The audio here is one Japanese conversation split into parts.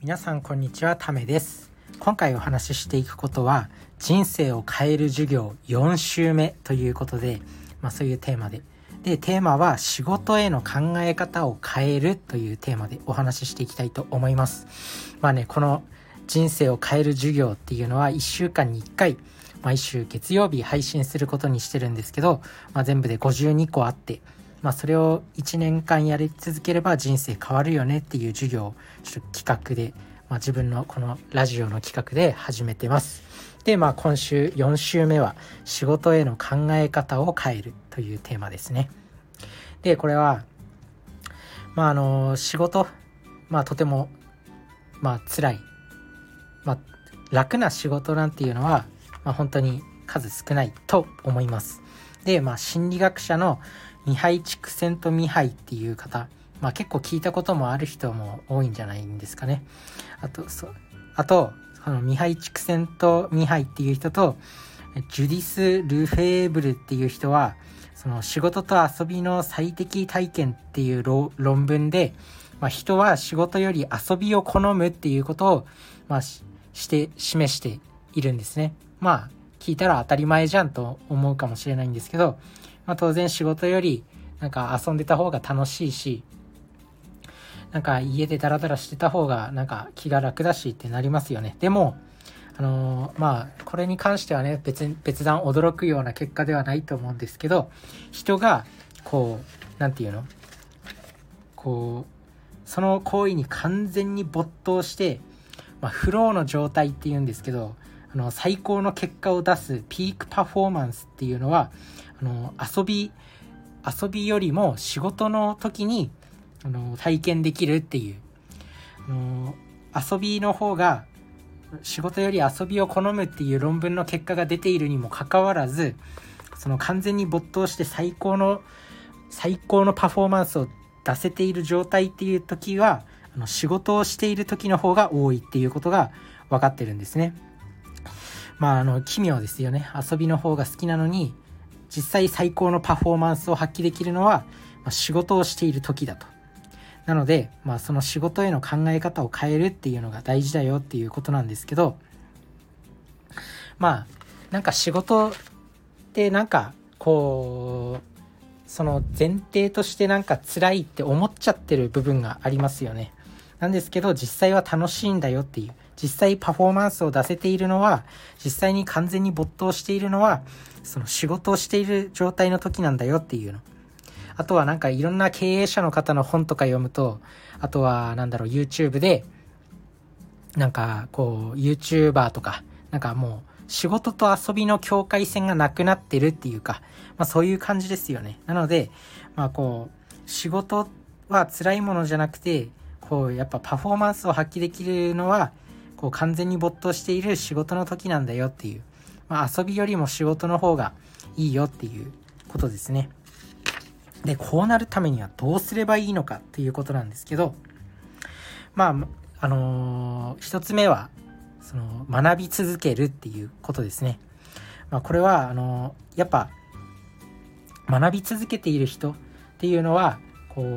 皆さんこんにちは、ためです。今回お話ししていくことは人生を変える授業4週目ということで、そういうテーマでテーマは仕事への考え方を変えるというテーマでお話ししていきたいと思います。この人生を変える授業っていうのは1週間に1回毎週月曜日配信することにしてるんですけど、全部で52個あって、それを1年間やり続ければ人生変わるよねっていう授業をちょっと企画で、自分のこのラジオの企画で始めてます。で、今週4週目は仕事への考え方を変えるというテーマですね。で、これは仕事、とても辛い、楽な仕事なんていうのは、本当に数少ないと思います。で、心理学者のミハイ・チクセント・ミハイっていう方、結構聞いたこともある人も多いんじゃないんですかね。あとこのミハイ・チクセント・ミハイっていう人とジュディス・ルフェーブルっていう人は、その仕事と遊びの最適体験っていう論文で、人は仕事より遊びを好むっていうことを、示しているんですね。聞いたら当たり前じゃんと思うかもしれないんですけど、当然仕事より遊んでた方が楽しいし、家でダラダラしてた方が気が楽だしってなりますよね。でもこれに関してはね、別段驚くような結果ではないと思うんですけど、人がその行為に完全に没頭して、フローの状態っていうんですけど、最高の結果を出すピークパフォーマンスっていうのは、遊びよりも仕事の時に体験できるっていう、遊びの方が仕事より遊びを好むっていう論文の結果が出ているにもかかわらず、その完全に没頭して最高のパフォーマンスを出せている状態っていう時は、仕事をしている時の方が多いっていうことが分かってるんですね。奇妙ですよね。遊びの方が好きなのに実際最高のパフォーマンスを発揮できるのは、仕事をしている時だと。なので、その仕事への考え方を変えるっていうのが大事だよっていうことなんですけど、仕事ってその前提として辛いって思っちゃってる部分がありますよね。なんですけど実際は楽しいんだよっていう、実際パフォーマンスを出せているのは、実際に完全に没頭しているのはその仕事をしている状態の時なんだよっていうの。あとはいろんな経営者の方の本とか読むと、あとはYouTube でYouTuber とかもう仕事と遊びの境界線がなくなってるっていうか、そういう感じですよね。なので仕事は辛いものじゃなくて、やっぱパフォーマンスを発揮できるのは完全に没頭している仕事の時なんだよっていう、遊びよりも仕事の方がいいよっていうことですね。で、こうなるためにはどうすればいいのかっていうことなんですけど、一つ目はその学び続けるっていうことですね。これはやっぱ学び続けている人っていうのは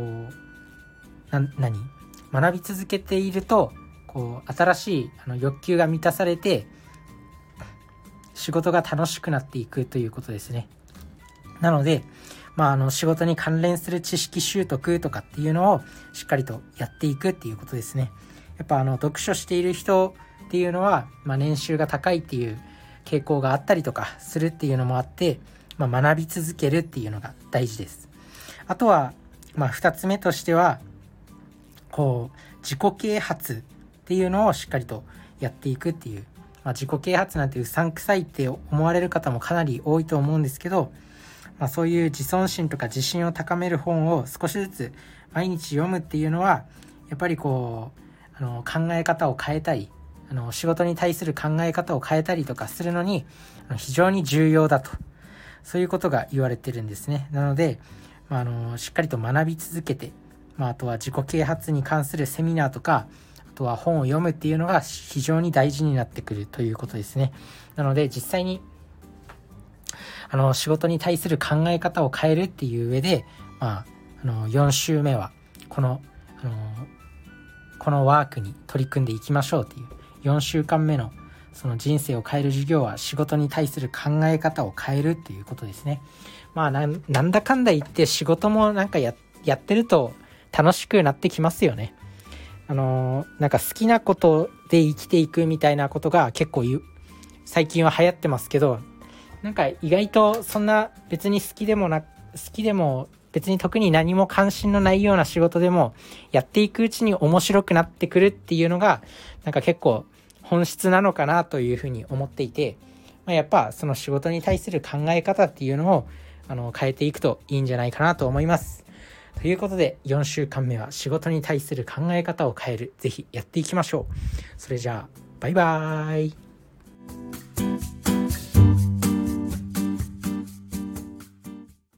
学び続けていると新しい欲求が満たされて仕事が楽しくなっていくということですね。なので仕事に関連する知識習得とかっていうのをしっかりとやっていくっていうことですね。やっぱ読書している人っていうのは、年収が高いっていう傾向があったりとかするっていうのもあって、学び続けるっていうのが大事です。あとは2つ目としては自己啓発っていうのをしっかりとやっていくっていう、自己啓発なんてうさんくさいって思われる方もかなり多いと思うんですけど、そういう自尊心とか自信を高める本を少しずつ毎日読むっていうのは、やっぱり考え方を変えたり、仕事に対する考え方を変えたりとかするのに非常に重要だと、そういうことが言われてるんですね。なので、しっかりと学び続けて、あとは自己啓発に関するセミナーとか、あとは本を読むっていうのが非常に大事になってくるということですね。なので実際に仕事に対する考え方を変えるっていう上で、4週目はこのこのワークに取り組んでいきましょうっていう4週間目のその人生を変える授業は仕事に対する考え方を変えるっていうことですね。なんだかんだ言って仕事もなんかやってると楽しくなってきますよね。なんか好きなことで生きていくみたいなことが結構最近は流行ってますけど、なんか意外とそんな別に好きでも別に特に何も関心のないような仕事でもやっていくうちに面白くなってくるっていうのがなんか結構本質なのかなというふうに思っていて、やっぱその仕事に対する考え方っていうのを変えていくといいんじゃないかなと思います。ということで4週間目は仕事に対する考え方を変える、ぜひやっていきましょう。それじゃあバイバーイ。